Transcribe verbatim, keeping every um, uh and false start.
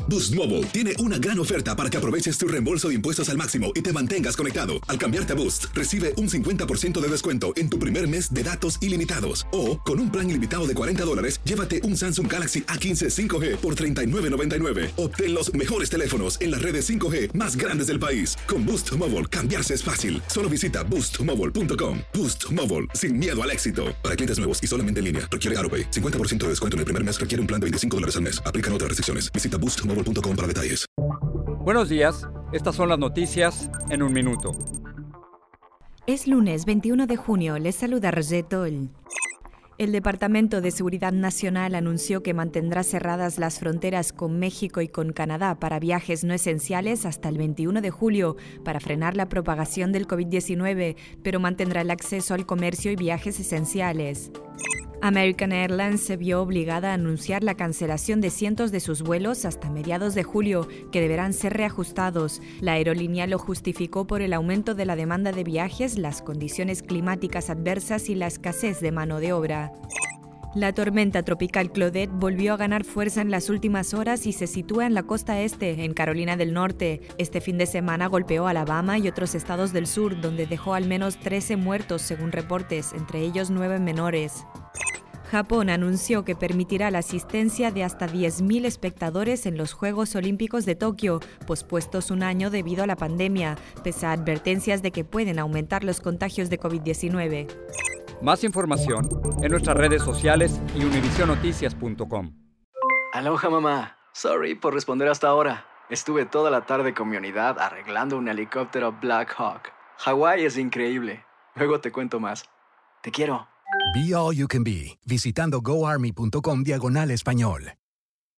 Boost Mobile tiene una gran oferta para que aproveches tu reembolso de impuestos al máximo y te mantengas conectado. Al cambiarte a Boost, recibe un cincuenta por ciento de descuento en tu primer mes de datos ilimitados. O, con un plan ilimitado de cuarenta dólares, llévate un Samsung Galaxy A quince cinco G por treinta y nueve noventa y nueve. Obtén los mejores teléfonos en las redes cinco G más grandes del país. Con Boost Mobile, cambiarse es fácil. Solo visita boost mobile punto com. Boost Mobile, sin miedo al éxito. Para clientes nuevos y solamente en línea, requiere AutoPay. cincuenta por ciento de descuento en el primer mes requiere un plan de veinticinco dólares al mes. Aplican otras restricciones. Visita boost mobile punto com para detalles. Buenos días, estas son las noticias en un minuto. Es lunes veintiuno de junio, les saluda Roger Toll. El Departamento de Seguridad Nacional anunció que mantendrá cerradas las fronteras con México y con Canadá para viajes no esenciales hasta el veintiuno de julio para frenar la propagación del covid diecinueve, pero mantendrá el acceso al comercio y viajes esenciales. American Airlines se vio obligada a anunciar la cancelación de cientos de sus vuelos hasta mediados de julio, que deberán ser reajustados. La aerolínea lo justificó por el aumento de la demanda de viajes, las condiciones climáticas adversas y la escasez de mano de obra. La tormenta tropical Claudette volvió a ganar fuerza en las últimas horas y se sitúa en la costa este, en Carolina del Norte. Este fin de semana golpeó Alabama y otros estados del sur, donde dejó al menos trece muertos, según reportes, entre ellos nueve menores. Japón anunció que permitirá la asistencia de hasta diez mil espectadores en los Juegos Olímpicos de Tokio, pospuestos un año debido a la pandemia, pese a advertencias de que pueden aumentar los contagios de covid diecinueve. Más información en nuestras redes sociales y univision noticias punto com. Aloha, mamá. Sorry por responder hasta ahora. Estuve toda la tarde con mi unidad arreglando un helicóptero Black Hawk. Hawái es increíble. Luego te cuento más. Te quiero. Be All You Can Be, visitando goarmy punto com diagonal español.